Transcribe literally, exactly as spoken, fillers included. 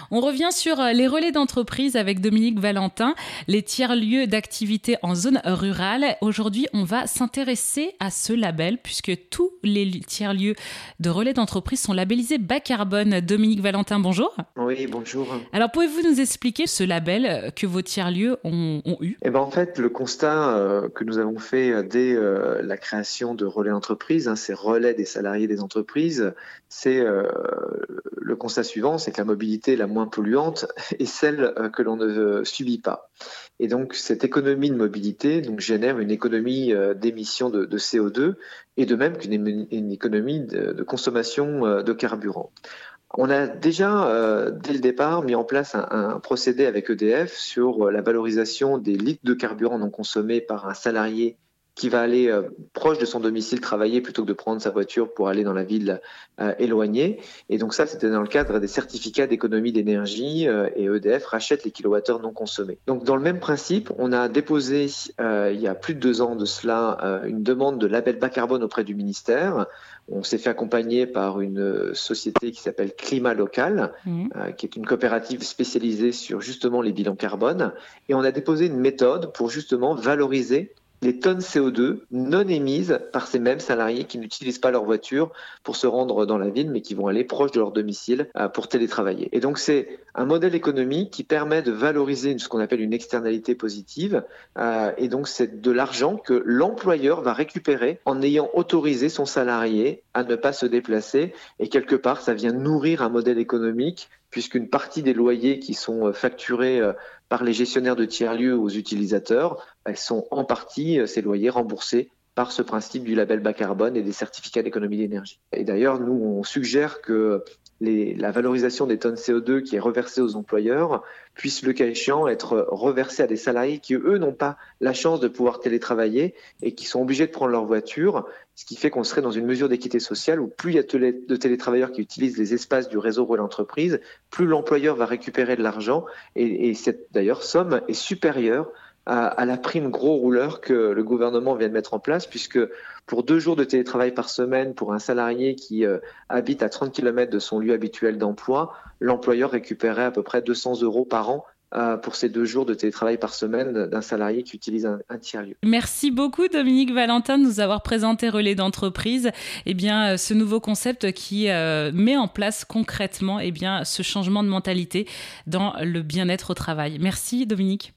On revient sur les relais d'entreprise avec Dominique Valentin, les tiers-lieux d'activité en zone rurale. Aujourd'hui, on va s'intéresser à ce label puisque tous les tiers-lieux de relais d'entreprise sont labellisés bas carbone. Dominique Valentin, bonjour. Oui, bonjour. Alors, pouvez-vous nous expliquer ce label que vos tiers-lieux ont, ont eu ? Eh ben, en fait, le constat euh, que nous avons fait dès euh, la création de relais d'entreprise, hein, ces relais des salariés des entreprises, c'est euh, le constat suivant, c'est que la mobilité la moins polluante est celle euh, que l'on ne subit pas. Et donc, cette économie de mobilité donc, génère une économie euh, d'émissions de, de C O deux et de même qu'une une économie de, de consommation euh, de carburant. On a déjà, euh, dès le départ, mis en place un, un procédé avec E D F sur la valorisation des litres de carburant non consommés par un salarié qui va aller euh, proche de son domicile travailler plutôt que de prendre sa voiture pour aller dans la ville euh, éloignée. Et donc ça, c'était dans le cadre des certificats d'économie d'énergie euh, et E D F rachète les kilowattheures non consommés. Donc dans le même principe, on a déposé euh, il y a plus de deux ans de cela euh, une demande de label bas carbone auprès du ministère. On s'est fait accompagner par une société qui s'appelle Climat Local, mmh. euh, qui est une coopérative spécialisée sur justement les bilans carbone. Et on a déposé une méthode pour justement valoriser les tonnes C O deux non émises par ces mêmes salariés qui n'utilisent pas leur voiture pour se rendre dans la ville, mais qui vont aller proche de leur domicile euh, pour télétravailler. Et donc, c'est un modèle économique qui permet de valoriser ce qu'on appelle une externalité positive. Euh, et donc, c'est de l'argent que l'employeur va récupérer en ayant autorisé son salarié à ne pas se déplacer. Et quelque part, ça vient nourrir un modèle économique puisqu'une partie des loyers qui sont facturés par les gestionnaires de tiers-lieux aux utilisateurs, elles sont en partie, ces loyers, remboursés par ce principe du label bas carbone et des certificats d'économie d'énergie. Et d'ailleurs, nous, on suggère que les, la valorisation des tonnes C O deux qui est reversée aux employeurs puisse, le cas échéant, être reversée à des salariés qui, eux, n'ont pas la chance de pouvoir télétravailler et qui sont obligés de prendre leur voiture, ce qui fait qu'on serait dans une mesure d'équité sociale où plus il y a de télétravailleurs qui utilisent les espaces du réseau relais entreprise, plus l'employeur va récupérer de l'argent et, et cette, d'ailleurs, somme est supérieure à, à la prime gros rouleur que le gouvernement vient de mettre en place, puisque pour deux jours de télétravail par semaine, pour un salarié qui euh, habite à trente kilomètres de son lieu habituel d'emploi, l'employeur récupérait à peu près deux cents euros par an euh, pour ces deux jours de télétravail par semaine d'un salarié qui utilise un, un tiers-lieu. Merci beaucoup Dominique Valentin de nous avoir présenté Relais d'entreprise, eh bien, ce nouveau concept qui euh, met en place concrètement eh bien, ce changement de mentalité dans le bien-être au travail. Merci Dominique.